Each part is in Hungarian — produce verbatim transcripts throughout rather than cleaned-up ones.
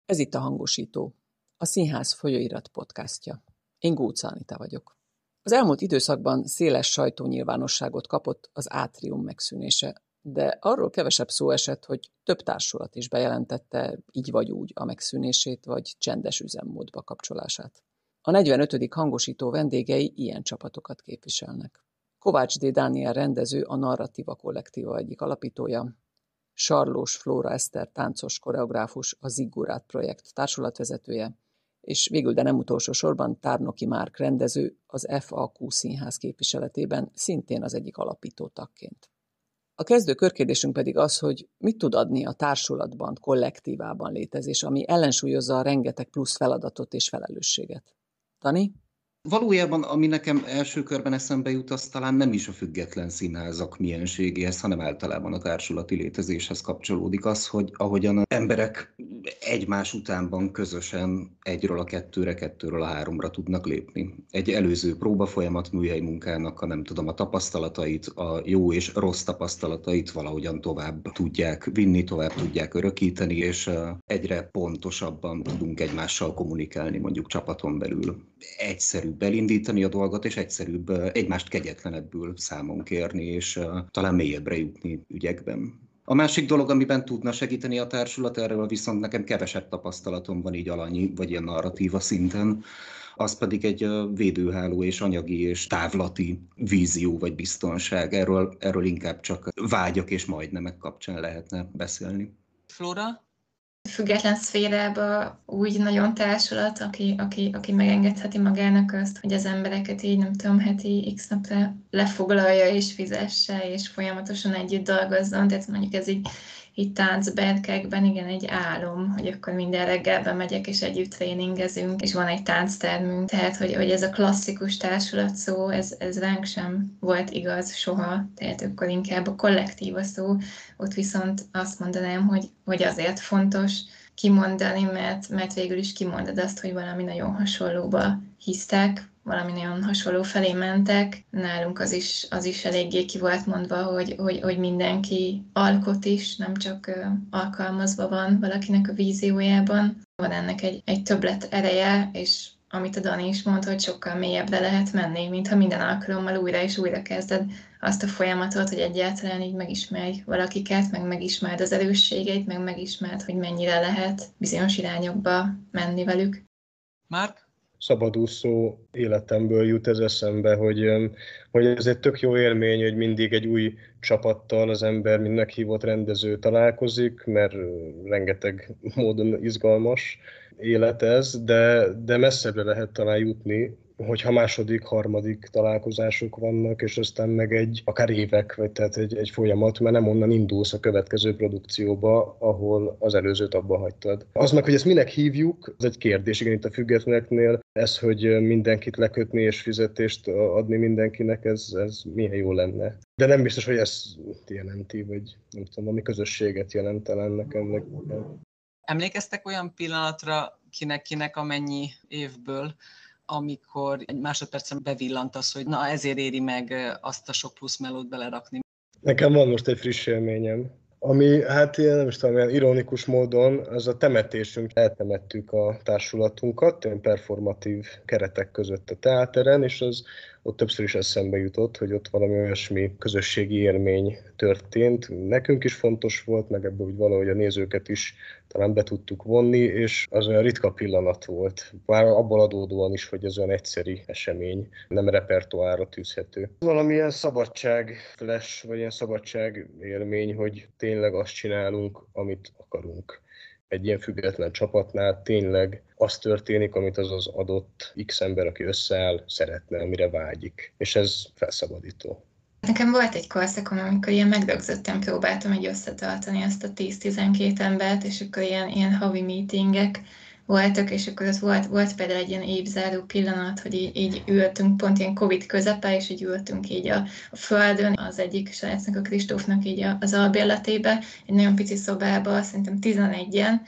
Ez itt a Hangosító, a Színház folyóirat podcastja. Én Gócz Anita vagyok. Az elmúlt időszakban széles sajtónyilvánosságot kapott az Átrium megszűnése, de arról kevesebb szó esett, hogy több társulat is bejelentette így vagy úgy a megszűnését vagy csendes üzemmódba kapcsolását. A negyvenötödik Hangosító vendégei ilyen csapatokat képviselnek. Kovács D. Dániel rendező, a Narratíva Kollektíva egyik alapítója, Sarlós Flóra Eszter táncos koreográfus, a Ziggurat projekt társulatvezetője, és végül, de nem utolsó sorban Tárnoki Márk rendező, az ef á kú Színház képviseletében szintén az egyik alapító tagként. A kezdő körkérdésünk pedig az, hogy mit tud adni a társulatban, kollektívában létezés, ami ellensúlyozza a rengeteg plusz feladatot és felelősséget. Tani? Valójában, ami nekem első körben eszembe jut, az talán nem is a független színházak mienségéhez, hanem általában a társulati létezéshez kapcsolódik az, hogy ahogyan az emberek egymás utánban közösen egyről a kettőre, kettőről a háromra tudnak lépni. Egy előző próbafolyamat műhely munkának a nem tudom, a tapasztalatait, a jó és rossz tapasztalatait valahogyan tovább tudják vinni, tovább tudják örökíteni, és egyre pontosabban tudunk egymással kommunikálni, mondjuk csapaton belül. Egyszerű belindítani a dolgot, és egyszerűbb egymást kegyetlenebbül számon kérni, és uh, talán mélyebbre jutni ügyekben. A másik dolog, amiben tudna segíteni a társulat, erről viszont nekem kevesebb tapasztalatom van így alanyi, vagy ilyen narratíva szinten, az pedig egy uh, védőháló és anyagi és távlati vízió vagy biztonság. Erről, erről inkább csak vágyak és majdnemek kapcsán lehetne beszélni. Flóra? Független szférába úgy nagyon társulat, aki, aki, aki megengedheti magának azt, hogy az embereket így nem tudom, heti x napra lefoglalja és fizesse, és folyamatosan együtt dolgozzon. Tehát mondjuk ez így, így táncberkekben igen egy álom, hogy akkor minden reggel bemegyek és együtt tréningezünk, és van egy tánctermünk. Tehát, hogy, hogy ez a klasszikus társulat szó, ez, ez ránk sem volt igaz soha. Tehát akkor inkább a kollektíva szó. Ott viszont azt mondanám, hogy, hogy azért fontos kimondani, mert, mert végül is kimondod azt, hogy valami nagyon hasonlóba hisztek, valami nagyon hasonló felé mentek. Nálunk az is, az is eléggé ki volt mondva, hogy, hogy, hogy mindenki alkot is, nem csak uh, alkalmazva van valakinek a víziójában. Van ennek egy, egy többlet ereje, és amit a Dani is mondta, hogy sokkal mélyebbre lehet menni, mintha minden alkalommal újra és újra kezded azt a folyamatot, hogy egyáltalán így megismerj valakiket, meg megismerd az erősségeit, meg megismerd, hogy mennyire lehet bizonyos irányokba menni velük. Márk? Szabadúszó életemből jut ez eszembe, hogy, hogy ez egy tök jó élmény, hogy mindig egy új csapattal az ember, mint meghívott rendező találkozik, mert rengeteg módon izgalmas élet ez, de, de messzebbre lehet talán jutni, hogyha második, harmadik találkozások vannak, és aztán meg egy, akár évek, vagy tehát egy, egy folyamat, mert nem onnan indulsz a következő produkcióba, ahol az előzőt abba hagytad. Az meg, hogy ezt minek hívjuk, ez egy kérdés, igen, itt a függetleneknél, ez, hogy mindenkit lekötni és fizetést adni mindenkinek, ez, ez milyen jó lenne. De nem biztos, hogy ez jelenti, vagy nem tudom, ami közösséget jelent talán nekem. nekem. Emlékeztek olyan pillanatra, kinek-kinek amennyi évből, amikor egy másodpercen bevillant az, hogy na ezért éri meg azt a sok plusz melót belerakni? Nekem van most egy friss élményem, ami hát ilyen, nem is tudom, ilyen ironikus módon, az a temetésünk, eltemettük a társulatunkat, ilyen performatív keretek között a teáteren, és az ott többször is eszembe jutott, hogy ott valami olyasmi közösségi élmény történt. Nekünk is fontos volt, meg ebből úgy valahogy a nézőket is talán be tudtuk vonni, és az olyan ritka pillanat volt. Már abból adódóan is, hogy ez olyan egyszeri esemény, nem repertoárra tűzhető. Valamilyen szabadság flash, vagy ilyen szabadság élmény, hogy tényleg azt csinálunk, amit akarunk. Egy ilyen független csapatnál tényleg az történik, amit az az adott X ember, aki összeáll, szeretne, amire vágyik. És ez felszabadító. Nekem volt egy korszakom, amikor ilyen megdögzötten próbáltam így összetartani ezt a tíz-tizenkét embert, és akkor ilyen, ilyen havi meetingek voltak, és akkor ott volt, volt például egy ilyen évzáró pillanat, hogy így, így ültünk, pont ilyen Covid közepe, és így ültünk így a, a földön, az egyik srácnak, a Kristófnak így a, az albérletébe, egy nagyon pici szobába, szerintem tizenegyen,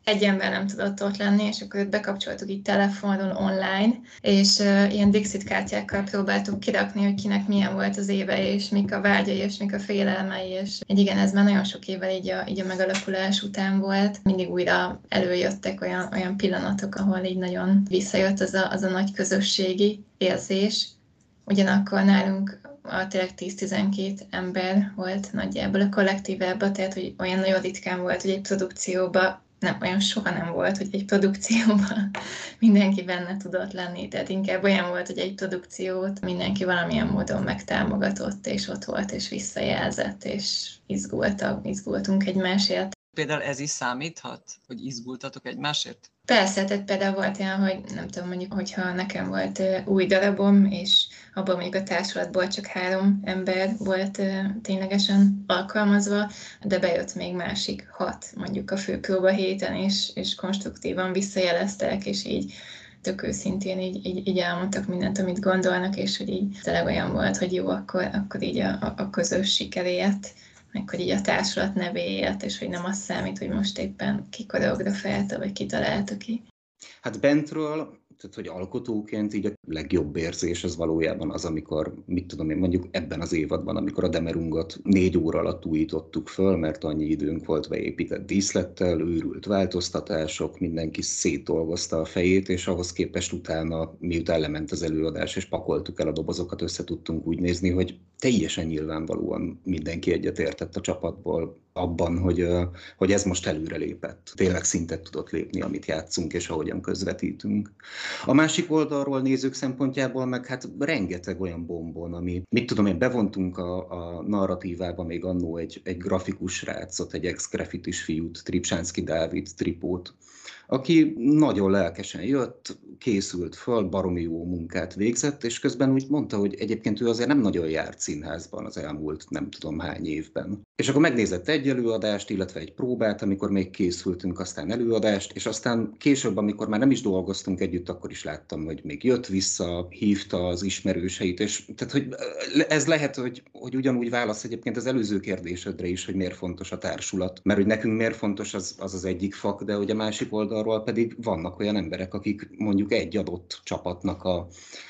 egy ember nem tudott ott lenni, és akkor őt bekapcsoltuk így telefonon, online, és uh, ilyen Dixit kártyákkal próbáltuk kirakni, hogy kinek milyen volt az éve, és mik a vágyai, és mik a félelmei, és egy igen, ez már nagyon sok évvel így a, így a megalakulás után volt. Mindig újra előjöttek olyan, olyan pillanatok, ahol így nagyon visszajött az a, az a nagy közösségi érzés. Ugyanakkor nálunk a tényleg tíz-tizenkét ember volt nagyjából a kollektívában, tehát hogy olyan nagyon ritkán volt, hogy egy produkcióban, nem, olyan soha nem volt, hogy egy produkcióban mindenki benne tudott lenni, tehát inkább olyan volt, hogy egy produkciót mindenki valamilyen módon megtámogatott, és ott volt, és visszajelzett, és izgultak, izgultunk egymásért. Például ez is számíthat, hogy izgultatok egymásért? Persze, tehát például volt olyan, hogy nem tudom, mondjuk, hogyha nekem volt uh, új darabom, és abban mondjuk a társulatból csak három ember volt uh, ténylegesen alkalmazva, de bejött még másik hat, mondjuk a főpróba héten, és, és konstruktívan visszajeleztek, és így tök őszintén így, így, így elmondtak mindent, amit gondolnak, és hogy így tényleg olyan volt, hogy jó, akkor, akkor így a, a, a közös sikeréért, meg hogy így a társulat nevéért, és hogy nem az számít, hogy most éppen ki koreografálta, vagy ki találta ki. Hát bentről, tehát hogy alkotóként így a legjobb érzés az valójában az, amikor, mit tudom én, mondjuk ebben az évadban, amikor a Demerungot négy óra alatt újítottuk föl, mert annyi időnk volt beépített díszlettel, őrült változtatások, mindenki szétdolgozta a fejét, és ahhoz képest utána, miután lement az előadás, és pakoltuk el a dobozokat, össze tudtunk úgy nézni, hogy teljesen nyilvánvalóan mindenki egyetértett a csapatból abban, hogy, hogy ez most előrelépett. Tényleg szintet tudott lépni, amit játszunk, és ahogyan közvetítünk. A másik oldalról nézők szempontjából meg hát rengeteg olyan bombon, ami, mit tudom én, bevontunk a, a narratívába még annó egy, egy grafikus srácot, egy ex-grafitis fiút, Tripsánszky Dávid, Tripót, aki nagyon lelkesen jött, készült föl, baromi jó munkát végzett, és közben úgy mondta, hogy egyébként ő azért nem nagyon járt színházban az elmúlt nem tudom hány évben. És akkor megnézett egy előadást, illetve egy próbát, amikor még készültünk, aztán előadást, és aztán később, amikor már nem is dolgoztunk együtt, akkor is láttam, hogy még jött vissza, hívta az ismerőseit, és tehát, hogy ez lehet, hogy, hogy ugyanúgy válasz egyébként az előző kérdésedre is, hogy miért fontos a társulat, mert hogy nekünk miért fontos az az, az egyik fak, de hogy a másik oldalról pedig vannak olyan emberek, akik mondjuk egy adott csapatnak a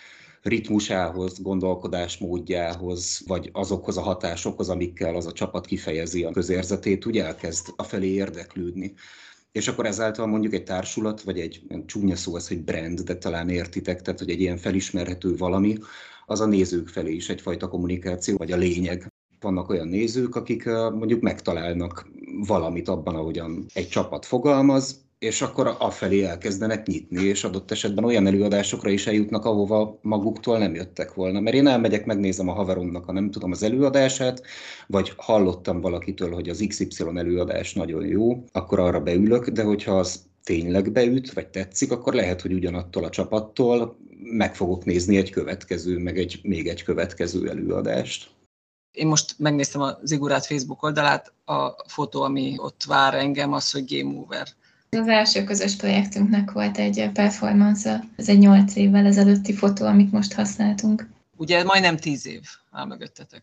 ritmusához, gondolkodásmódjához, vagy azokhoz a hatásokhoz, amikkel az a csapat kifejezi a közérzetét, úgy elkezd afelé érdeklődni. És akkor ezáltal mondjuk egy társulat, vagy egy csúnya szó ez, hogy brand, de talán értitek, tehát hogy egy ilyen felismerhető valami, az a nézők felé is egyfajta kommunikáció, vagy a lényeg. Vannak olyan nézők, akik mondjuk megtalálnak valamit abban, ahogyan egy csapat fogalmaz, és akkor afelé elkezdenek nyitni, és adott esetben olyan előadásokra is eljutnak, ahova maguktól nem jöttek volna. Mert én elmegyek, megnézem a haveromnak a nem tudom az előadását, vagy hallottam valakitől, hogy az iksz ipszilon előadás nagyon jó, akkor arra beülök, de hogyha az tényleg beüt, vagy tetszik, akkor lehet, hogy ugyanattól a csapattól meg fogok nézni egy következő, meg egy még egy következő előadást. Én most megnéztem a Zigurát Facebook oldalát, a fotó, ami ott vár engem, az, hogy Game Over. Az első közös projektünknek volt egy performance-a. Ez egy nyolc évvel ezelőtti fotó, amit most használtunk. Ugye majdnem tíz év áll mögöttetek.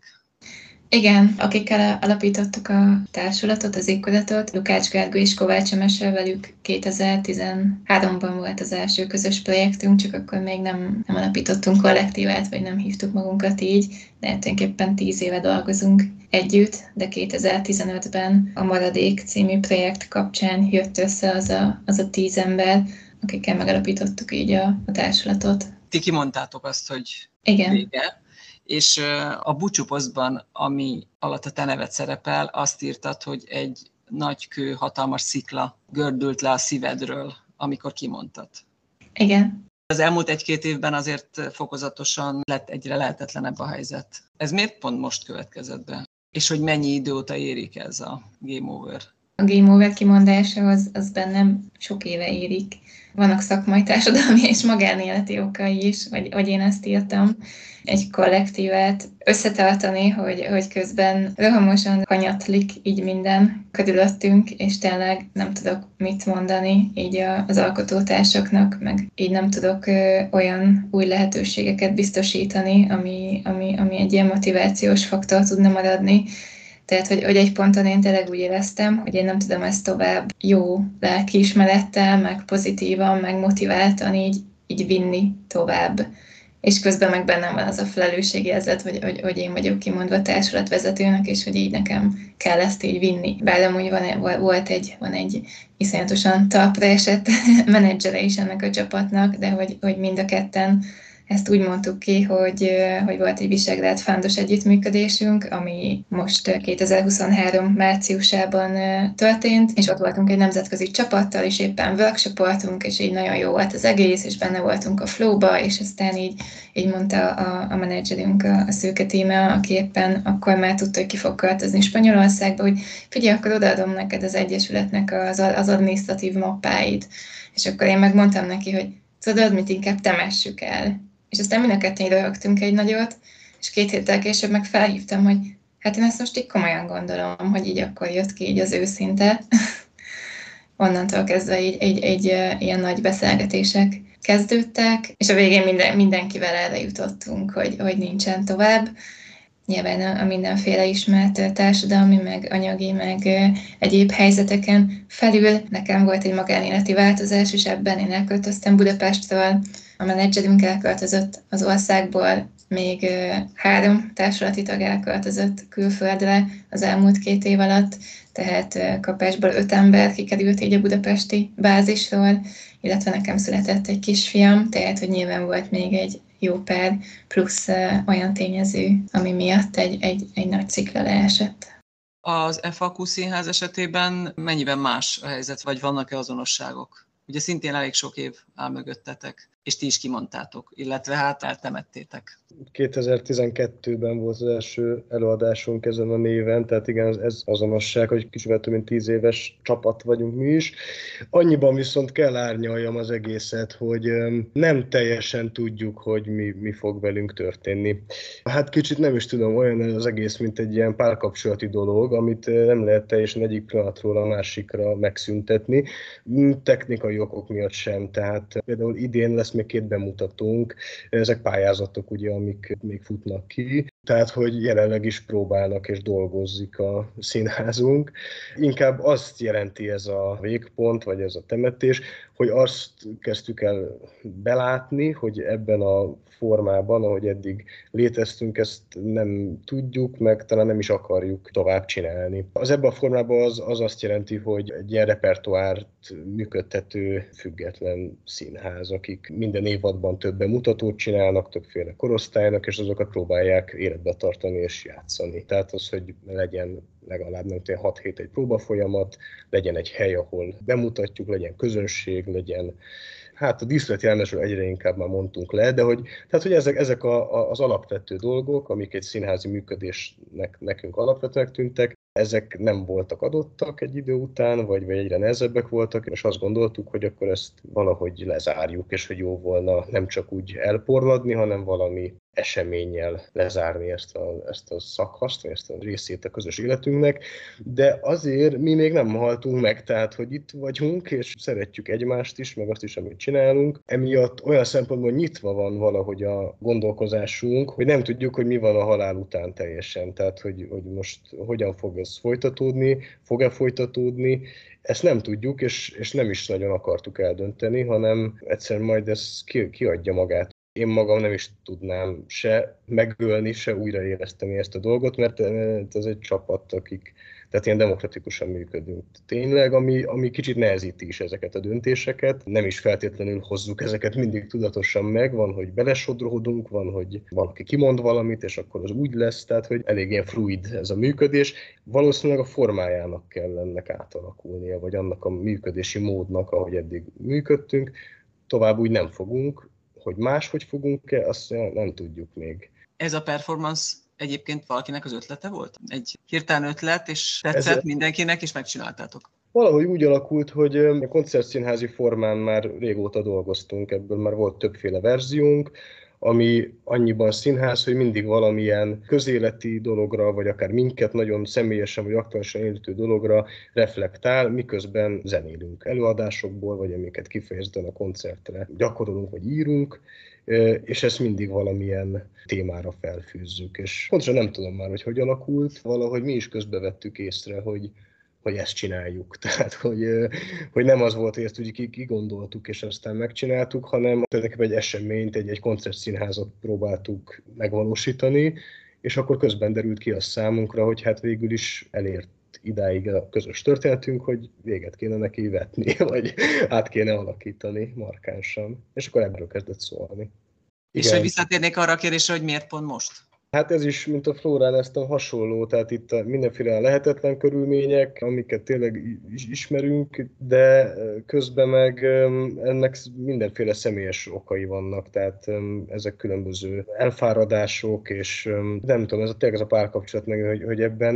Igen, akikkel alapítottuk a társulatot, az Ikkodatot, Lukács Gergő és Kovács Emese, velük kétezer-tizenháromban volt az első közös projektünk, csak akkor még nem, nem alapítottunk kollektívát, vagy nem hívtuk magunkat így, de tulajdonképpen tíz éve dolgozunk együtt, de kétezer-tizenötben a Maradék című projekt kapcsán jött össze az a, az a tíz ember, akikkel megalapítottuk így a, a társulatot. Ti kimondtátok azt, hogy igen. Vége. És a búcsúposztban, ami alatt a te neved szerepel, azt írtad, hogy egy nagy kő, hatalmas szikla gördült le a szívedről, amikor kimondtad. Igen. Az elmúlt egy-két évben azért fokozatosan lett egyre lehetetlenebb a helyzet. Ez miért pont most következett be? És hogy mennyi idő óta érik ez a Game Over? A Game Over kimondása az, az bennem sok éve érik. Vannak szakmai, társadalmi és magánéleti okai is, vagy, vagy én ezt írtam. Egy kollektívát összetartani, hogy, hogy közben rohamosan kanyatlik így minden körülöttünk, és tényleg nem tudok mit mondani így az alkotótársaknak, meg így nem tudok ö, olyan új lehetőségeket biztosítani, ami, ami, ami egy ilyen motivációs faktor tudna maradni. Tehát, hogy, hogy egy ponton én tényleg úgy éreztem, hogy én nem tudom ezt tovább jó lelkiismerettel, meg pozitívan, meg motiváltan így, így vinni tovább. És közben meg bennem van az a felelősségérzet, hogy, hogy, hogy én vagyok kimondva társulatvezetőnek, és hogy így nekem kell ezt így vinni. Bár amúgy van, volt egy, van egy iszonyatosan talpra esett menedzsere is ennek a csapatnak, de hogy, hogy mind a ketten ezt úgy mondtuk ki, hogy, hogy volt egy Visegrád Fundos együttműködésünk, ami most kétezer-huszonhárom márciusában történt, és ott voltunk egy nemzetközi csapattal, és éppen workshopoltunk, és így nagyon jó volt az egész, és benne voltunk a flowba, és aztán így, így mondta a, a menedzserünk, a, a szőke tíme, aki éppen akkor már tudta, hogy ki fog költözni Spanyolországba, hogy figyelj, akkor odaadom neked az Egyesületnek az, az adminisztratív mappáit. És akkor én megmondtam neki, hogy tudod, mit inkább temessük el. És aztán mind a ketten röhögtünk egy nagyot, és két héttel később meg felhívtam, hogy hát én ezt most így komolyan gondolom, hogy így akkor jött ki így az őszinte. Onnantól kezdve így egy, egy, egy ilyen nagy beszélgetések kezdődtek, és a végén minden, mindenkivel erre jutottunk, hogy, hogy nincsen tovább. Nyilván a mindenféle ismert társadalmi, meg anyagi, meg egyéb helyzeteken felül nekem volt egy magánéleti változás, és ebben én elköltöztem Budapestről, a menedzserünk elköltözött az országból, még három társulati tag elköltözött külföldre az elmúlt két év alatt, tehát kapásból öt ember kikerült így a budapesti bázisról, illetve nekem született egy kisfiam, tehát hogy nyilván volt még egy jó pár plusz olyan tényező, ami miatt egy, egy, egy nagy cikla leesett. Az ef á kú Színház esetében mennyiben más a helyzet, vagy vannak-e azonosságok? Ugye szintén elég sok év áll mögöttetek, és ti is kimondtátok, illetve hát eltemettétek. kétezer-tizenkettőben volt az első előadásunk ezen a néven, tehát igen, ez azonosság, hogy kicsivel több mint tíz éves csapat vagyunk mi is. Annyiban viszont kell árnyaljam az egészet, hogy nem teljesen tudjuk, hogy mi, mi fog velünk történni. Hát kicsit nem is tudom, olyan az egész, mint egy ilyen párkapcsolati dolog, amit nem lehet teljesen egyik pillanatról a másikra megszüntetni. Technikai okok miatt sem, tehát például idén lesz még két bemutatónk, ezek pályázatok ugye, amik még futnak ki, tehát hogy jelenleg is próbálnak és dolgozzik a színházunk. Inkább azt jelenti ez a végpont, vagy ez a temetés, hogy azt kezdtük el belátni, hogy ebben a formában, ahogy eddig léteztünk, ezt nem tudjuk, meg talán nem is akarjuk tovább csinálni. Az ebben a formában az, az azt jelenti, hogy egy ilyen repertoárt működtető független színház, akik minden évadban több bemutatót csinálnak, többféle korosztálynak, és azokat próbálják életbe tartani és játszani. Tehát az, hogy legyen legalább nem tudom, hat hét egy próbafolyamat, legyen egy hely, ahol bemutatjuk, legyen közönség, legyen hát a díszletjelmezről egyre inkább már mondtunk le, de hogy, tehát, hogy ezek, ezek a, a, az alapvető dolgok, amik egy színházi működésnek nekünk alapvetőnek tűntek, ezek nem voltak adottak egy idő után, vagy, vagy egyre nehezebbek voltak, és azt gondoltuk, hogy akkor ezt valahogy lezárjuk, és hogy jó volna nem csak úgy elporladni, hanem valami eseménnyel lezárni ezt a, ezt a szakaszt, vagy ezt a részét a közös életünknek, de azért mi még nem haltunk meg, tehát hogy itt vagyunk, és szeretjük egymást is, meg azt is, amit csinálunk. Emiatt olyan szempontból nyitva van valahogy a gondolkozásunk, hogy nem tudjuk, hogy mi van a halál után teljesen, tehát hogy, hogy most hogyan fog ez folytatódni, fog-e folytatódni, ezt nem tudjuk, és, és nem is nagyon akartuk eldönteni, hanem egyszerűen majd ez ki, kiadja magát. Én magam nem is tudnám se megölni, se újraéleszteni ezt a dolgot, mert ez egy csapat, akik, tehát ilyen demokratikusan működünk. Tényleg, ami, ami kicsit nehezíti is ezeket a döntéseket. Nem is feltétlenül hozzuk ezeket mindig tudatosan meg, van, hogy belesodródunk, van, hogy valaki kimond valamit, és akkor az úgy lesz, tehát hogy elég ilyen fluid ez a működés. Valószínűleg a formájának kell ennek átalakulnia, vagy annak a működési módnak, ahogy eddig működtünk. Tovább úgy nem fogunk. Hogy máshogy fogunk-e, azt nem tudjuk még. Ez a performance egyébként valakinek az ötlete volt? Egy hirtelen ötlet, és tetszett Ez mindenkinek, és megcsináltátok? Valahogy úgy alakult, hogy a koncertszínházi formán már régóta dolgoztunk, ebből már volt többféle verziónk, ami annyiban színház, hogy mindig valamilyen közéleti dologra, vagy akár minket nagyon személyesen vagy aktuálisan érintő dologra reflektál, miközben zenélünk előadásokból, vagy amiket kifejezetten a koncertre gyakorolunk, vagy írunk, és ezt mindig valamilyen témára felfűzzük. És pontosan nem tudom már, hogy hogy alakult, valahogy mi is közbevettük észre, hogy hogy ezt csináljuk. Tehát, hogy, hogy nem az volt, hogy ezt úgy kigondoltuk, és aztán megcsináltuk, hanem tulajdonképpen egy eseményt, egy, egy koncertszínházat próbáltuk megvalósítani, és akkor közben derült ki a számunkra, hogy hát végül is elért idáig a közös történetünk, hogy véget kéne neki vetni, vagy át kéne alakítani markánsan. És akkor ebből kezdett szólni. És hogy visszatérnék arra a kérdésre, hogy miért pont most? Hát ez is, mint a Flórán, ezt a hasonló, tehát itt a mindenféle lehetetlen körülmények, amiket tényleg ismerünk, de közben meg ennek mindenféle személyes okai vannak, tehát ezek különböző elfáradások, és nem tudom, ez a, tényleg ez a párkapcsolat meg, hogy, hogy ebben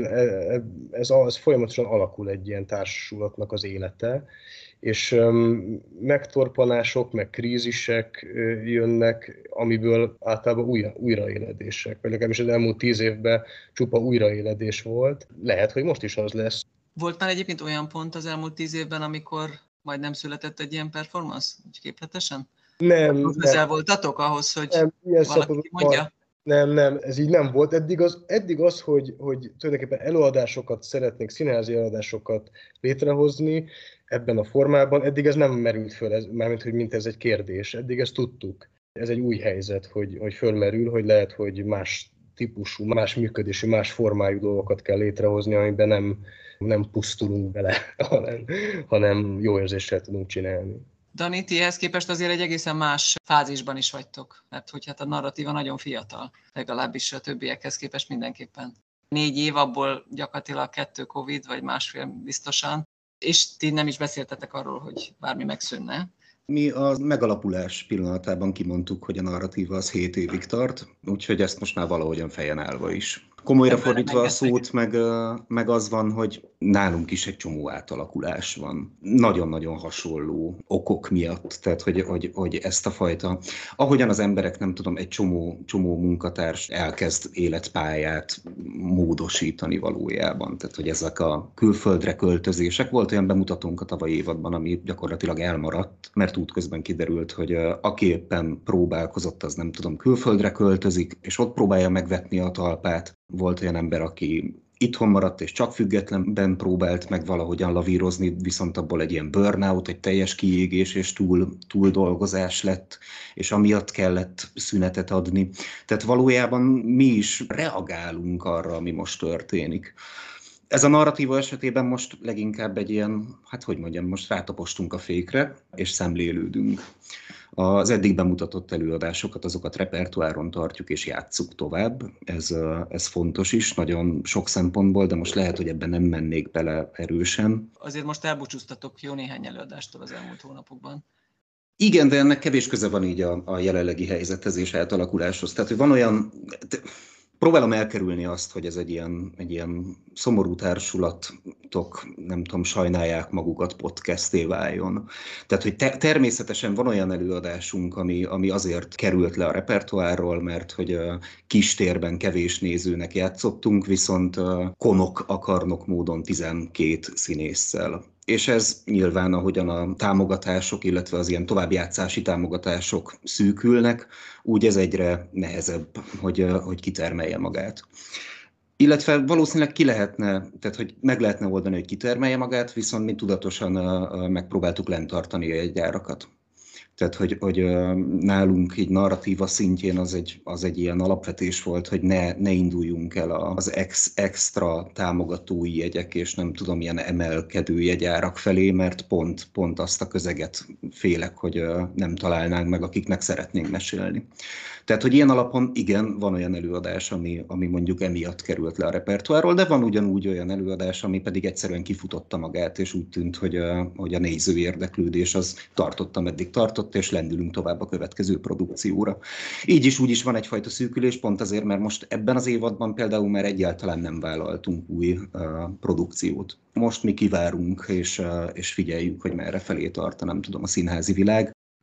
ez, ez folyamatosan alakul egy ilyen társulatnak az élete, és um, megtorpanások, meg krízisek uh, jönnek, amiből általában újra, újraéledések. Vagy legalábbis az elmúlt tíz évben csupa újraéledés volt. Lehet, hogy most is az lesz. Volt már egyébként olyan pont az elmúlt tíz évben, amikor majd nem született egy ilyen performance, úgy képletesen? Nem. Közel nem. voltatok ahhoz, hogy nem, valaki mondja? Nem, nem, ez így nem volt. Eddig az, eddig az hogy, hogy tulajdonképpen előadásokat szeretnék, színházi előadásokat létrehozni ebben a formában, eddig ez nem merült föl, ez, mármint, hogy mint ez egy kérdés. Eddig ezt tudtuk. Ez egy új helyzet, hogy, hogy fölmerül, hogy lehet, hogy más típusú, más működésű, más formájú dolgokat kell létrehozni, amiben nem, nem pusztulunk bele, hanem, hanem jó érzéssel tudunk csinálni. Dani, ti ehhez képest azért egy egészen más fázisban is vagytok, mert hogy hát a narratíva nagyon fiatal, legalábbis a többiekhez képest mindenképpen. Négy év, abból gyakorlatilag kettő Covid, vagy másfél biztosan, és ti nem is beszéltetek arról, hogy bármi megszűnne. Mi a megalapulás pillanatában kimondtuk, hogy a narratíva az hét évig tart, úgyhogy ezt most már valahogyan fejen állva is. Komolyra fordítva a szót, meg, meg az van, hogy nálunk is egy csomó átalakulás van. Nagyon-nagyon hasonló okok miatt, tehát hogy, hogy, hogy ezt a fajta, ahogyan az emberek, nem tudom, egy csomó, csomó munkatárs elkezd életpályát módosítani valójában. Tehát, hogy ezek a külföldre költözések, volt olyan bemutatónk a tavalyi évadban, ami gyakorlatilag elmaradt, mert útközben kiderült, hogy aki éppen próbálkozott, az nem tudom, külföldre költözik, és ott próbálja megvetni a talpát. Volt olyan ember, aki itthon maradt, és csak függetlenben próbált meg valahogyan lavírozni, viszont abból egy ilyen burnout, egy teljes kiégés és túl, túldolgozás lett, és amiatt kellett szünetet adni. Tehát valójában mi is reagálunk arra, ami most történik. Ez a narratíva esetében most leginkább egy ilyen, hát hogy mondjam, most rátapostunk a fékre, és szemlélődünk. Az eddig bemutatott előadásokat, azokat repertoáron tartjuk és játsszuk tovább. Ez, ez fontos is, nagyon sok szempontból, de most lehet, hogy ebben nem mennék bele erősen. Azért most elbúcsúztatok jó néhány előadástól az elmúlt hónapokban. Igen, de ennek kevés köze van így a, a jelenlegi helyzethez és átalakuláshoz. Tehát, hogy van olyan... Próbálom elkerülni azt, hogy ez egy ilyen, egy ilyen szomorú társulatok, nem tudom, sajnálják magukat podcasté váljon. Tehát, hogy te, természetesen van olyan előadásunk, ami, ami azért került le a repertoárról, mert hogy uh, kis térben kevés nézőnek játszottunk, viszont uh, konok akarnok módon tizenkét színésszel. És ez nyilván, ahogyan a támogatások, illetve az ilyen továbbjátszási támogatások szűkülnek, úgy ez egyre nehezebb, hogy, hogy kitermelje magát. Illetve valószínűleg ki lehetne, tehát hogy meg lehetne oldani, hogy kitermelje magát, viszont mi tudatosan megpróbáltuk lenntartani a jegyárakat. Tehát, hogy, hogy nálunk így narratíva szintjén az egy, az egy ilyen alapvetés volt, hogy ne, ne induljunk el az ex, extra támogatói jegyek, és nem tudom, ilyen emelkedő jegyárak felé, mert pont, pont azt a közeget félek, hogy nem találnánk meg, akiknek szeretnénk mesélni. Tehát, hogy ilyen alapon igen, van olyan előadás, ami, ami mondjuk emiatt került le a repertoárról, de van ugyanúgy olyan előadás, ami pedig egyszerűen kifutotta magát, és úgy tűnt, hogy a, hogy a néző érdeklődés az tartott, ameddig tartott, és lendülünk tovább a következő produkcióra. Így is úgy is van egyfajta szűkülés, pont azért, mert most ebben az évadban például már egyáltalán nem vállaltunk új uh, produkciót. Most mi kivárunk, és, uh, és figyeljük, hogy merre felé tart, nem tudom, a színházi világ.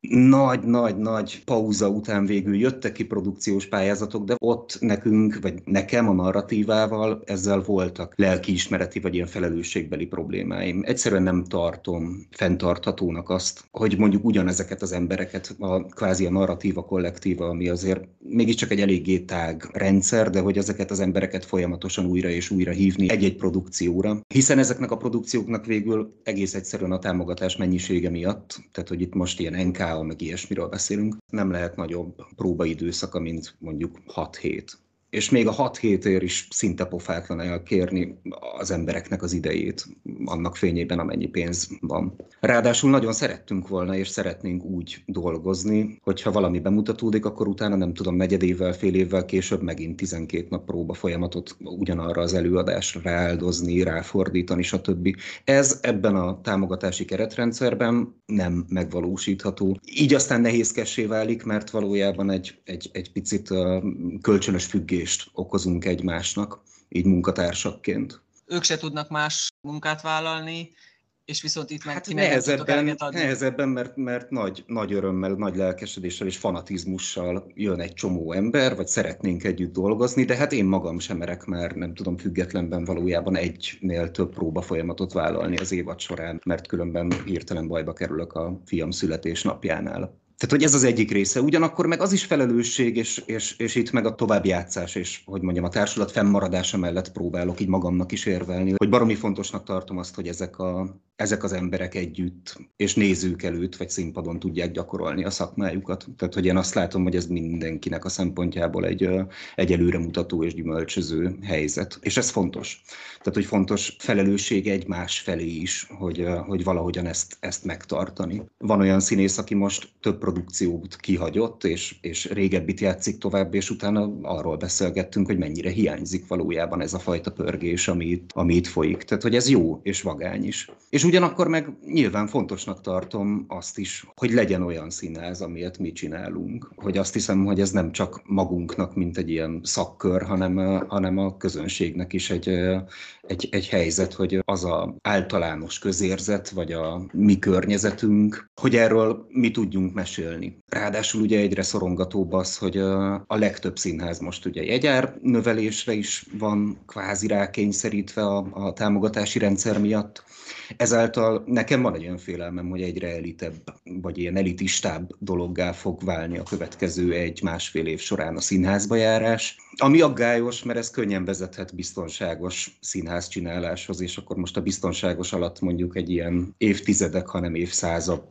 nagy-nagy-nagy pauza után végül jöttek ki produkciós pályázatok, de ott nekünk, vagy nekem a narratívával ezzel voltak lelkiismereti vagy ilyen felelősségbeli problémáim. Egyszerűen nem tartom fenntarthatónak azt, hogy mondjuk ugyanezeket az embereket, a kvázi a narratíva kollektíva, ami azért mégiscsak egy eléggé tág rendszer, de hogy ezeket az embereket folyamatosan újra és újra hívni egy-egy produkcióra. Hiszen ezeknek a produkcióknak végül egész egyszerűen a támogatás mennyisége miatt, tehát hogy itt most ilyen en ká á, meg ilyesmiről beszélünk, nem lehet nagyobb próbaidőszaka, mint mondjuk hat hét. És még a hat hétért is szinte pofátlan elkérni az embereknek az idejét, annak fényében, amennyi pénz van. Ráadásul nagyon szerettünk volna, és szeretnénk úgy dolgozni, hogyha valami bemutatódik, akkor utána nem tudom, negyedévvel, fél évvel később megint tizenkét nap próba folyamatot ugyanarra az előadásra rááldozni, ráfordítani, stb. Ez ebben a támogatási keretrendszerben nem megvalósítható. Így aztán nehézkessé válik, mert valójában egy, egy, egy picit kölcsönös függés okozunk egymásnak, így munkatársakként. Ők se tudnak más munkát vállalni, és viszont itt meg hát ti nem tudtok eleget adni. Nehezebben, mert, mert nagy, nagy örömmel, nagy lelkesedéssel és fanatizmussal jön egy csomó ember, vagy szeretnénk együtt dolgozni, de hát én magam sem merek már, nem tudom, függetlenben valójában egynél több próba folyamatot vállalni az évad során, mert különben hirtelen bajba kerülök a fiam születésnapjánál. Tehát, hogy ez az egyik része. Ugyanakkor meg az is felelősség, és, és, és itt meg a továbbjátszás, és hogy mondjam, a társulat fennmaradása mellett próbálok így magamnak is érvelni, hogy baromi fontosnak tartom azt, hogy ezek, a, ezek az emberek együtt, és nézők előtt, vagy színpadon tudják gyakorolni a szakmájukat. Tehát, hogy én azt látom, hogy ez mindenkinek a szempontjából egy, egy előremutató és gyümölcsöző helyzet. És ez fontos. Tehát, hogy fontos felelősség egymás felé is, hogy, hogy valahogyan ezt, ezt megtartani. Van olyan színész, aki most több produkciót kihagyott, és, és régebbit játszik tovább, és utána arról beszélgettünk, hogy mennyire hiányzik valójában ez a fajta pörgés, ami itt, ami itt folyik. Tehát, hogy ez jó és vagány is. És ugyanakkor meg nyilván fontosnak tartom azt is, hogy legyen olyan színház, amilyet mi csinálunk. Hogy azt hiszem, hogy ez nem csak magunknak, mint egy ilyen szakkör, hanem, hanem a közönségnek is egy, egy, egy helyzet, hogy az az általános közérzet, vagy a mi környezetünk, hogy erről mi tudjunk mesélni. Ráadásul ugye egyre szorongatóbb az, hogy a legtöbb színház most ugye jegyár növelésre is van kvázi rákényszerítve a, a támogatási rendszer miatt. Ezáltal nekem van egy olyan félelmem, hogy egyre elitebb, vagy ilyen elitistább dologgá fog válni a következő egy-másfél év során a színházba járás. Ami aggályos, mert ez könnyen vezethet biztonságos színházcsináláshoz, és akkor most a biztonságos alatt mondjuk egy ilyen évtizedek, hanem évszázad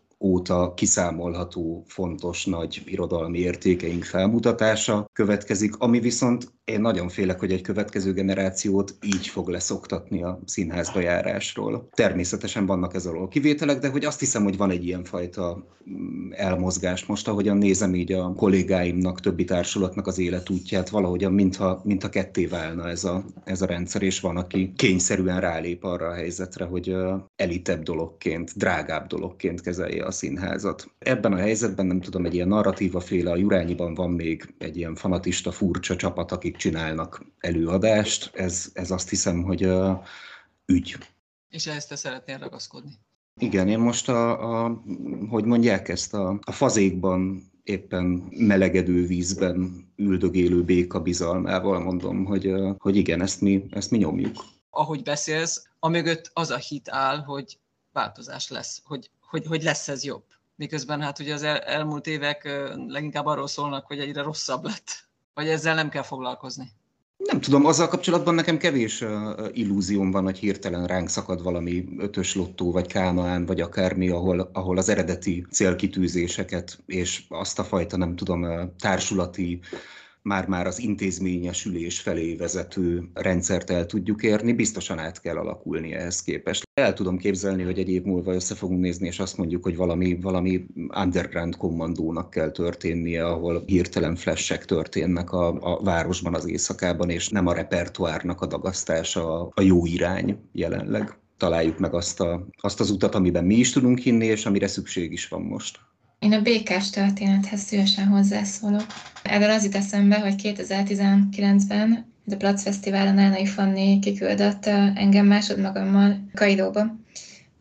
óta kiszámolható, fontos, nagy irodalmi értékeink felmutatása következik, ami viszont én nagyon félek, hogy egy következő generációt így fog leszoktatni a színházba járásról. Természetesen vannak ez alól kivételek, de hogy azt hiszem, hogy van egy ilyenfajta elmozgás most, ahogyan nézem így a kollégáimnak, többi társulatnak az életútját, valahogyan mintha, mintha ketté válna ez a, ez a rendszer, és van, aki kényszerűen rálép arra a helyzetre, hogy elitebb dologként, drágább dologként kezelje a színházat. Ebben a helyzetben nem tudom, egy ilyen narratíva féle, a Jurányiban van még egy ilyen fanatista, furcsa csapat, akik csinálnak előadást. Ez, ez azt hiszem, hogy uh, ügy. És ehhez te szeretnél ragaszkodni? Igen, én most a, a hogy mondják ezt, a, a fazékban éppen melegedő vízben üldögélő béka bizalmával mondom, hogy, uh, hogy igen, ezt mi, ezt mi nyomjuk. Ahogy beszélsz, amögött az a hit áll, hogy változás lesz, hogy, hogy, hogy lesz ez jobb. Miközben hát ugye az el, elmúlt évek leginkább arról szólnak, hogy egyre rosszabb lett. Vagy ezzel nem kell foglalkozni? Nem tudom, azzal kapcsolatban nekem kevés uh, illúzióm van, hogy hirtelen ránk szakad valami ötös lottó, vagy Kánaán, vagy akármi, ahol, ahol az eredeti célkitűzéseket és azt a fajta, nem tudom, uh, társulati, már-már az intézményesülés felé vezető rendszert el tudjuk érni, biztosan át kell alakulni ehhez képest. El tudom képzelni, hogy egy év múlva össze fogunk nézni, és azt mondjuk, hogy valami, valami underground kommandónak kell történnie, ahol hirtelen flashek történnek a, a városban, az éjszakában, és nem a repertoárnak a dagasztása a, a jó irány jelenleg. Találjuk meg azt, a, azt az utat, amiben mi is tudunk hinni, és amire szükség is van most. Én a békás történethez szívesen hozzászólok. Erről az jut eszembe, hogy kétezer-tizenkilencben a Plac Fesztiválon Árnai Fanni kiküldött engem másodmagammal Kaidóba,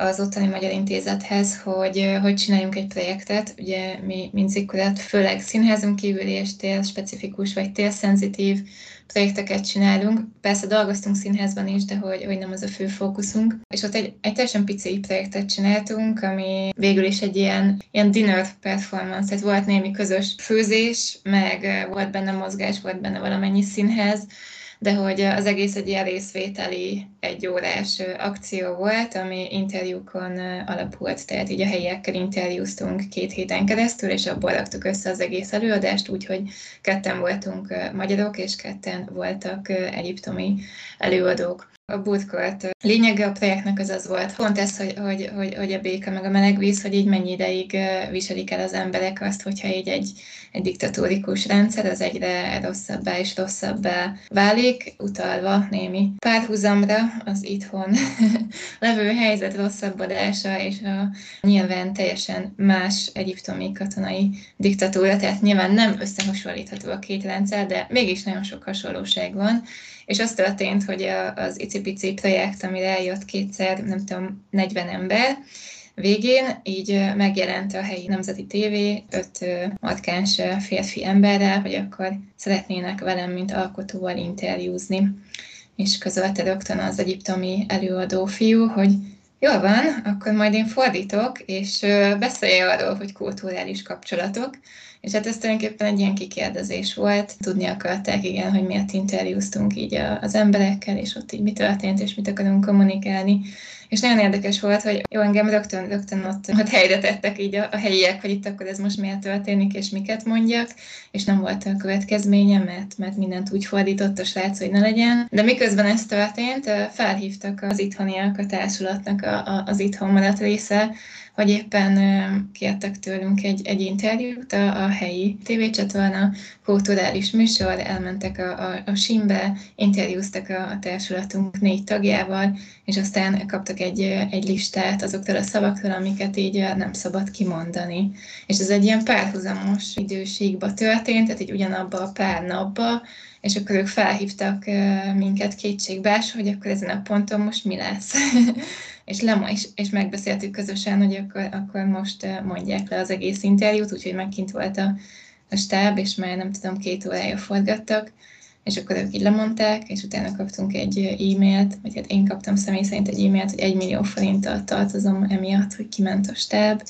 az ottani Magyar Intézethez, hogy, hogy csináljunk egy projektet. Ugye mi, mint Zikkurat, főleg színházon kívüli és térspecifikus vagy térszenzitív projekteket csinálunk. Persze dolgoztunk színházban is, de hogy, hogy nem az a fő fókuszunk. És ott egy, egy teljesen pici projektet csináltunk, ami végül is egy ilyen, ilyen dinner performance, tehát volt némi közös főzés, meg volt benne mozgás, volt benne valamennyi színház, de hogy az egész egy ilyen részvételi egyórás akció volt, ami interjúkon alapult, tehát így a helyiekkel interjúztunk két héten keresztül, és abból raktuk össze az egész előadást, úgyhogy ketten voltunk magyarok, és ketten voltak egyiptomi előadók. A bootcourt lényege a projektnek az az volt, pont ez, hogy, hogy, hogy, hogy a béke meg a meleg víz, hogy így mennyi ideig viselik el az emberek azt, hogyha így egy, egy diktatórikus rendszer az egyre rosszabbá és rosszabbá válik, utalva némi párhuzamra az itthon levő helyzet rosszabbodása és a nyilván teljesen más egyiptomi katonai diktatúra, tehát nyilván nem összehasonlítható a két rendszer, de mégis nagyon sok hasonlóság van. És az történt, hogy az icipici projekt, amire eljött kétszer, nem tudom, negyven ember, végén így megjelent a helyi nemzeti tévé öt markáns férfi emberrel, hogy akkor szeretnének velem, mint alkotóval interjúzni. És közölte rögtön az egyiptomi előadó fiú, hogy jól van, akkor majd én fordítok, és beszélj arról, hogy kulturális kapcsolatok. És hát ez tulajdonképpen egy ilyen kikérdezés volt. Tudni akarták, igen, hogy miért interjúztunk így az emberekkel, és ott így mi történt, és mit akarunk kommunikálni. És nagyon érdekes volt, hogy jó, engem rögtön, rögtön ott, ott helyre tettek így a, a helyiek, hogy itt akkor ez most miért történik, és miket mondjak, és nem volt a következménye, mert, mert mindent úgy fordított a srác, hogy ne legyen. De miközben ez történt, felhívtak az itthoniak, a társulatnak a, a, az itthon maradt része, hogy éppen kértek tőlünk egy, egy interjút a, a helyi tévécsatorna, kulturális műsor, elmentek a, a, a Simbe, interjúztak a, a társulatunk négy tagjával, és aztán kaptak egy, egy listát azoktól a szavakról, amiket így nem szabad kimondani. És ez egy ilyen párhuzamos időségben történt, tehát így ugyanabba a pár napba, és akkor ők felhívtak minket kétségbás, hogy akkor ezen a ponton most mi lesz. és, le, és, és megbeszéltük közösen, hogy akkor, akkor most mondják le az egész interjút, úgyhogy megkint volt a, a stáb, és már nem tudom, két órája forgattak, és akkor ők így lemondták, és utána kaptunk egy e-mailt, vagy hát én kaptam személy szerint egy e-mailt, hogy egy millió forinttal tartozom emiatt, hogy kiment a stáb,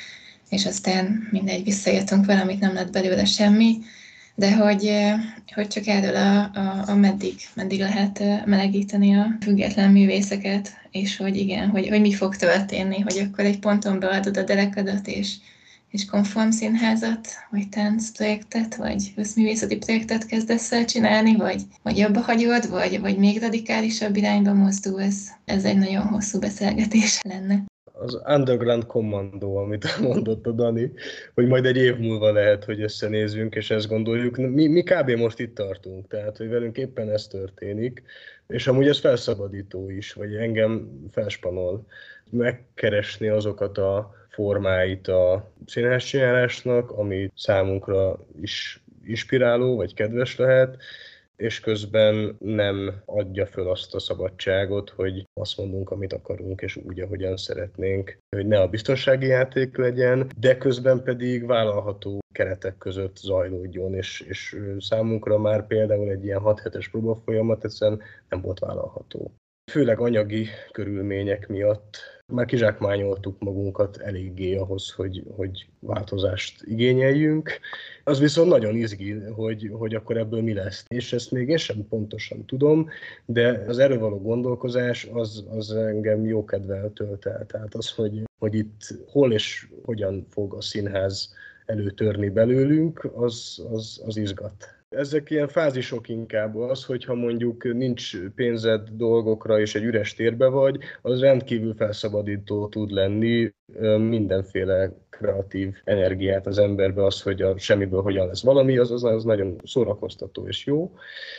és aztán mindegy, visszajöttünk valamit, nem lett belőle semmi, de hogy, hogy csak erről a, a, a meddig, meddig lehet melegíteni a független művészeket, és hogy igen, hogy, hogy mi fog történni, hogy akkor egy ponton beadod a derekadat, és, és konform színházat, vagy táncprojektet, vagy összművészeti projektet kezdesz el csinálni, vagy, vagy abba hagyod, vagy, vagy még radikálisabb irányba mozdulsz. Ez egy nagyon hosszú beszélgetés lenne. Az Underground Commando, amit mondott a Dani, hogy majd egy év múlva lehet, hogy összenézzünk, és ezt gondoljuk. Mi, mi kb. Most itt tartunk, tehát hogy velünk éppen ez történik, és amúgy ez felszabadító is, vagy engem felspanol megkeresni azokat a formáit a színházcsinálásnak, ami számunkra is inspiráló, vagy kedves lehet, és közben nem adja föl azt a szabadságot, hogy azt mondunk, amit akarunk, és úgy, ahogyan szeretnénk, hogy ne a biztonsági játék legyen, de közben pedig vállalható keretek között zajlódjon, és, és számunkra már például egy ilyen hat hetes próbafolyamat egyszerűen nem volt vállalható. Főleg anyagi körülmények miatt már kizsákmányoltuk magunkat eléggé ahhoz, hogy, hogy változást igényeljünk. Az viszont nagyon izgi, hogy, hogy akkor ebből mi lesz. És ezt még én sem pontosan tudom, de az erről való gondolkozás az, az engem jókedvel tölt el. Tehát az, hogy, hogy itt hol és hogyan fog a színház előtörni belőlünk, az, az, az izgat. Ezek ilyen fázisok inkább az, hogyha mondjuk nincs pénzed dolgokra és egy üres térbe vagy, az rendkívül felszabadító tud lenni, mindenféle kreatív energiát az emberbe, az, hogy a semmiből hogyan lesz valami, az, az, az nagyon szórakoztató és jó.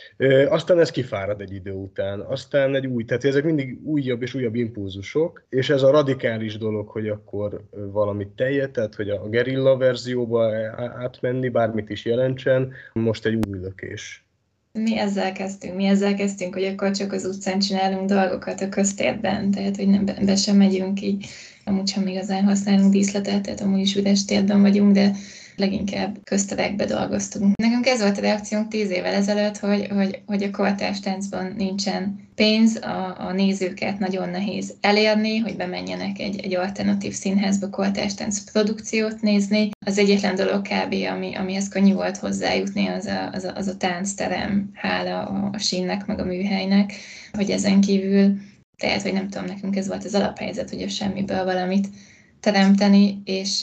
Aztán ez kifárad egy idő után, aztán egy új, tehát ezek mindig újabb és újabb impulzusok, és ez a radikális dolog, hogy akkor valamit teljet, tehát hogy a gerilla verzióba átmenni, bármit is jelentsen, most egy új lökés. Mi ezzel kezdtünk, mi ezzel kezdtünk, hogy akkor csak az utcán csinálunk dolgokat a köztérben, tehát hogy nem, be sem megyünk így, amúgy sem igazán használunk díszletet, tehát amúgy is üres térben vagyunk, de leginkább közterekbe dolgoztunk. Nekünk ez volt a reakciónk tíz évvel ezelőtt, hogy, hogy, hogy a kortárs táncban nincsen pénz, a, a nézőket nagyon nehéz elérni, hogy bemenjenek egy, egy alternatív színházba kortárs tánc produkciót nézni. Az egyetlen dolog kb. Ami, amihez könnyű volt hozzájutni, az a, az a, az a táncterem, hála a, a sínnek, meg a műhelynek, hogy ezen kívül, tehát, hogy nem tudom, nekünk ez volt az alaphelyzet, hogy a semmiből valamit teremteni, és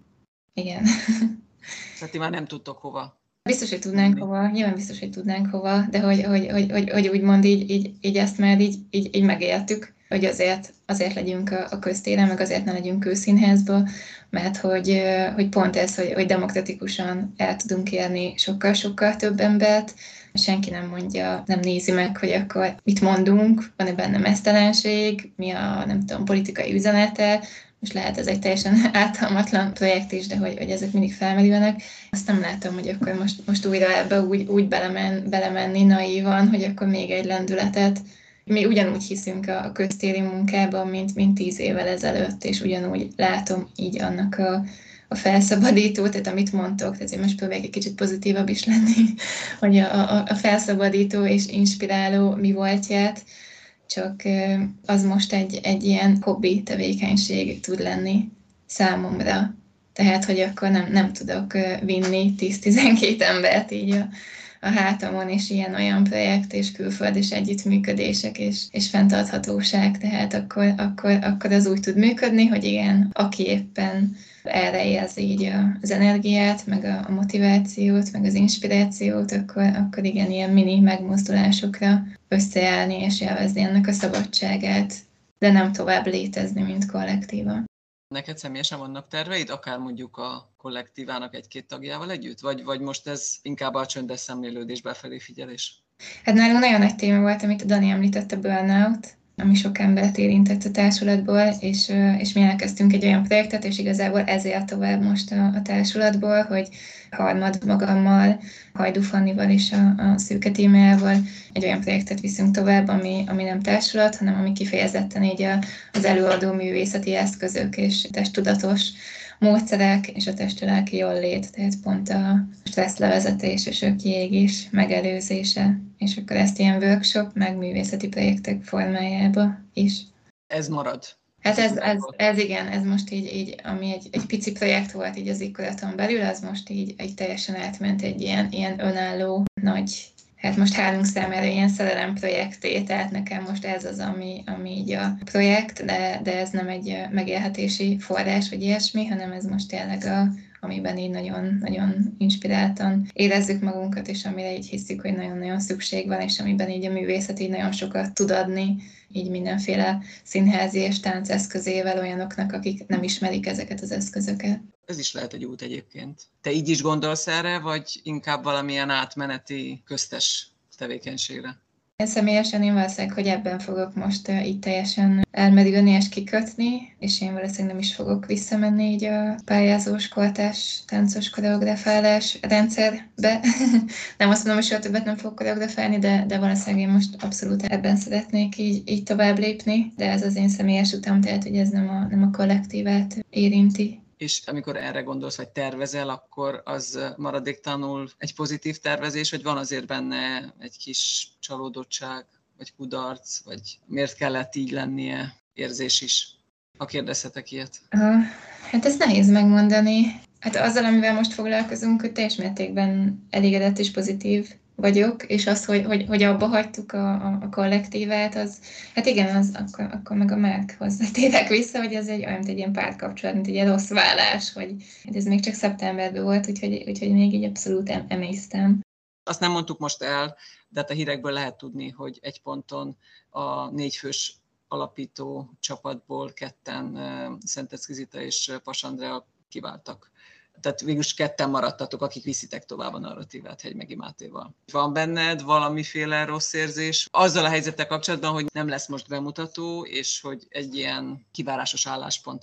igen. Tehát ti már nem tudtok hova. Biztos, hogy tudnánk hova, nyilván biztos, hogy tudnánk hova, de hogy, hogy, hogy, hogy, hogy úgymond így, így, így ezt már így, így, így megéltük, hogy azért, azért legyünk a, a köztéren, meg azért ne legyünk kőszínházba, mert hogy, hogy pont ez, hogy, hogy demokratikusan el tudunk érni sokkal-sokkal több embert, senki nem mondja, nem nézi meg, hogy akkor mit mondunk, van-e benne meztelenség, mi a, nem tudom, politikai üzenete. Most lehet ez egy teljesen ártalmatlan projekt is, de hogy, hogy ezek mindig felmerülnek. Azt nem látom, hogy akkor most, most újra ebbe úgy, úgy belemen, belemenni naívan, hogy akkor még egy lendületet. Mi ugyanúgy hiszünk a, a köztéri munkában, mint, mint tíz évvel ezelőtt, és ugyanúgy látom így annak a, a felszabadító, tehát amit mondtok, tehát én most próbálok egy kicsit pozitívabb is lenni, hogy a, a, a felszabadító és inspiráló mi voltját, csak az most egy, egy ilyen hobbi tevékenység tud lenni számomra. Tehát, hogy akkor nem, nem tudok vinni tíz-tizenkét embert így a, a hátamon, és ilyen-olyan projekt, és külföld, és együttműködések, és, és fenntarthatóság. Tehát akkor, akkor, akkor az úgy tud működni, hogy igen, aki éppen erre érzi így az energiát, meg a motivációt, meg az inspirációt, akkor, akkor igen, ilyen mini megmozdulásokra összeállni és élvezni ennek a szabadságát, de nem tovább létezni, mint kollektíva. Neked személyesen vannak terveid, akár mondjuk a kollektívának egy-két tagjával együtt? Vagy, vagy most ez inkább a csöndes szemlélődés befelé figyelés? Hát nálunk nagyon nagy téma volt, amit a Dani említett, a burnout, ami sok embert érintett a társulatból, és, és mi elkezdtünk egy olyan projektet, és igazából ezért tovább most a, a társulatból, hogy harmad magammal, Hajdú Fannival és a, a Szürke tímjával egy olyan projektet viszünk tovább, ami, ami nem társulat, hanem ami kifejezetten így a, az előadó művészeti eszközök és testtudatos módszerek és a testi-lelki jólét, tehát pont a stresszlevezetés és a kiégés megelőzése, és akkor ezt ilyen workshop, meg művészeti projektek formájába is. Ez marad? Hát ez, ez, ez igen, ez most így, így ami egy, egy pici projekt volt így az ikkolaton belül, az most így, így teljesen átment egy ilyen, ilyen önálló, nagy, hát most hálunk számára ilyen szerelem projekté, tehát nekem most ez az, ami, ami így a projekt, de, de ez nem egy megélhetési forrás vagy ilyesmi, hanem ez most tényleg a, amiben így nagyon-nagyon inspiráltan érezzük magunkat, és amire így hiszük, hogy nagyon-nagyon szükség van, és amiben így a művészet így nagyon sokat tud adni, így mindenféle színházi és tánceszközével olyanoknak, akik nem ismerik ezeket az eszközöket. Ez is lehet egy út egyébként. Te így is gondolsz erre, vagy inkább valamilyen átmeneti, köztes tevékenységre? Én személyesen én valószínűleg, hogy ebben fogok most uh, így teljesen elmerülni és kikötni, és én valószínűleg nem is fogok visszamenni így a pályázós, kortárs, táncos koreografálás rendszerbe. Nem azt mondom, hogy soha többet nem fogok koreografálni, de, de valószínűleg én most abszolút ebben szeretnék így, így tovább lépni, de ez az én személyes utam, tehát hogy ez nem a, nem a kollektívát érinti. És amikor erre gondolsz, vagy tervezel, akkor az maradéktalanul egy pozitív tervezés, vagy van azért benne egy kis csalódottság, vagy kudarc, vagy miért kellett így lennie érzés is, ha kérdezhetek ilyet? Uh, hát ez nehéz megmondani. Hát azzal, amivel most foglalkozunk, hogy teljes mértékben elégedett és pozitív vagyok, és az, hogy, hogy, hogy abba hagytuk a, a, a kollektívát, az, hát igen, az, akkor, akkor meg a Márkhoz térek vissza, hogy ez egy olyan, mint egy ilyen pártkapcsolat, mint egy ilyen rossz vállás, hogy ez még csak szeptemberben volt, úgyhogy, úgyhogy még így abszolút em- emésztem. Azt nem mondtuk most el, de hát a hírekből lehet tudni, hogy egy ponton a négyfős alapító csapatból ketten, Szentecki Zita és Pas Andrea kiváltak. Tehát végülis ketten maradtatok, akik viszitek tovább a narratívát Hegymegi Mátéval. Van benned valamiféle rossz érzés azzal a helyzettel kapcsolatban, hogy nem lesz most bemutató, és hogy egy ilyen kivárásos álláspont van?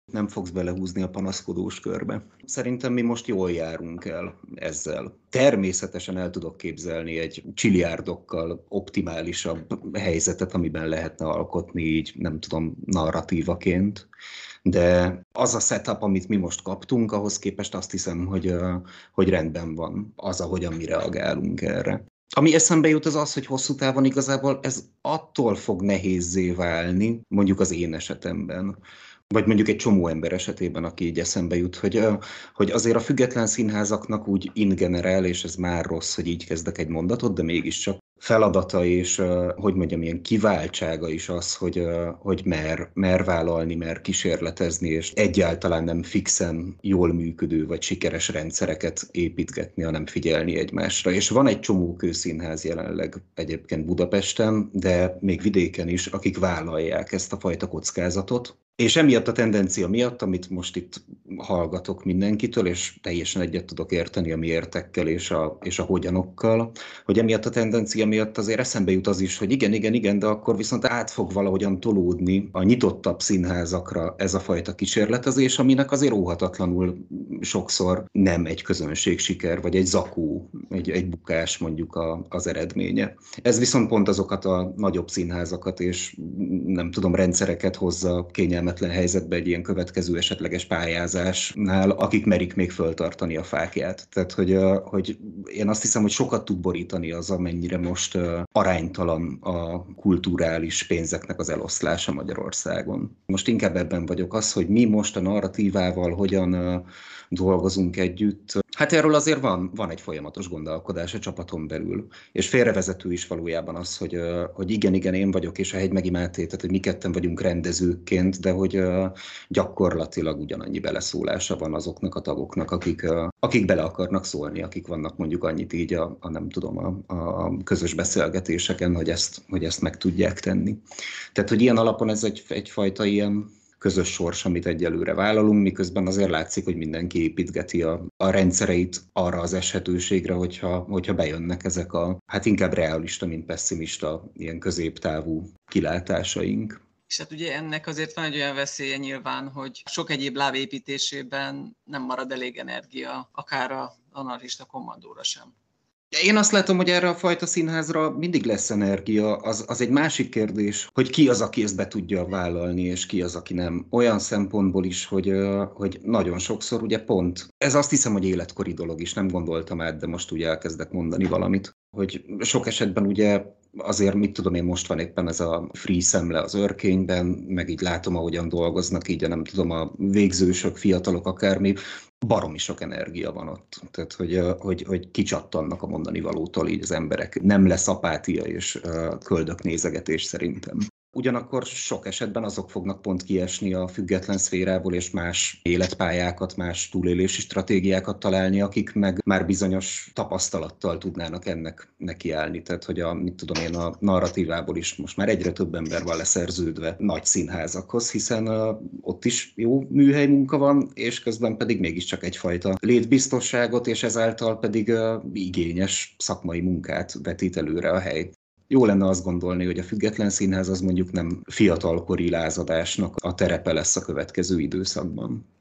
Nem fogsz belehúzni a panaszkodós körbe. Szerintem mi most jól járunk el ezzel. Természetesen el tudok képzelni egy csiliárdokkal optimálisabb helyzetet, amiben lehetne alkotni így, nem tudom, narratívaként. De az a setup, amit mi most kaptunk, ahhoz képest azt hiszem, hogy, hogy rendben van az, ahogyan mi reagálunk erre. Ami eszembe jut az az, hogy hosszú távon igazából ez attól fog nehézzé válni, mondjuk az én esetemben, vagy mondjuk egy csomó ember esetében, aki így eszembe jut, hogy, hogy azért a független színházaknak úgy in generál, és ez már rossz, hogy így kezdek egy mondatot, de mégiscsak feladata és, hogy mondjam, ilyen kiváltsága is az, hogy, hogy mer, mer vállalni, mer kísérletezni, és egyáltalán nem fixen jól működő vagy sikeres rendszereket építgetni, hanem figyelni egymásra. És van egy csomó kőszínház jelenleg egyébként Budapesten, de még vidéken is, akik vállalják ezt a fajta kockázatot. És emiatt a tendencia miatt, amit most itt hallgatok mindenkitől, és teljesen egyet tudok érteni a miértekkel és a, és a hogyanokkal, hogy emiatt a tendencia miatt azért eszembe jut az is, hogy igen, igen, igen, de akkor viszont át fog valahogyan tolódni a nyitottabb színházakra ez a fajta kísérletezés, aminek azért óhatatlanul sokszor nem egy közönségsiker, vagy egy zakó, egy, egy bukás mondjuk a, az eredménye. Ez viszont pont azokat a nagyobb színházakat és nem tudom, rendszereket hozza kényelmetlen helyzetbe egy ilyen következő esetleges pályázásnál, akik merik még föltartani a fákját. Tehát, hogy, hogy én azt hiszem, hogy sokat tud borítani az, amennyire most aránytalan a kulturális pénzeknek az eloszlása Magyarországon. Most inkább ebben vagyok az, hogy mi most a narratívával hogyan dolgozunk együtt. Hát erről azért van, van egy folyamatos gondolkodás a csapaton belül. És félrevezető is valójában az, hogy, hogy igen, igen, én vagyok, és a Hegymegi Máté, tehát hogy mi ketten vagyunk rendezőként, de hogy gyakorlatilag ugyanannyi beleszólása van azoknak a tagoknak, akik, akik bele akarnak szólni, akik vannak mondjuk annyit így a, a nem tudom, a, a közös beszélgetéseken, hogy ezt, hogy ezt meg tudják tenni. Tehát, hogy ilyen alapon ez egy, egyfajta ilyen közös sors, amit egyelőre vállalunk, miközben azért látszik, hogy mindenki építgeti a, a rendszereit arra az eshetőségre, hogyha, hogyha bejönnek ezek a, hát inkább realista, mint pessimista, ilyen középtávú kilátásaink. És hát ugye ennek azért van egy olyan veszélye nyilván, hogy sok egyéb láb építésében nem marad elég energia, akár a anarchista kommandóra sem. Én azt látom, hogy erre a fajta színházra mindig lesz energia, az, az egy másik kérdés, hogy ki az, aki ezt be tudja vállalni, és ki az, aki nem. Olyan szempontból is, hogy, hogy nagyon sokszor ugye pont, ez azt hiszem, hogy életkori dolog is, nem gondoltam át, de most ugye elkezdek mondani valamit, hogy sok esetben ugye azért, mit tudom én, most van éppen ez a free szemle az Örkényben, meg így látom, ahogyan dolgoznak, így nem tudom, a végzősök, fiatalok, akármi, baromi sok energia van ott. Tehát, hogy, hogy, hogy kicsattannak a mondani valótól így az emberek. Nem lesz apátia és köldöknézegetés szerintem. Ugyanakkor sok esetben azok fognak pont kiesni a független szférából, és más életpályákat, más túlélési stratégiákat találni, akik meg már bizonyos tapasztalattal tudnának ennek nekiállni. Tehát, hogy a, mit tudom én, a narratívából is most már egyre több ember van leszerződve nagy színházakhoz, hiszen uh, ott is jó műhely munka van, és közben pedig mégiscsak egyfajta létbiztosságot, és ezáltal pedig uh, igényes szakmai munkát vetít előre a hely. Jó lenne azt gondolni, hogy a független színház az mondjuk nem fiatalkori lázadásnak a terepe lesz a következő időszakban.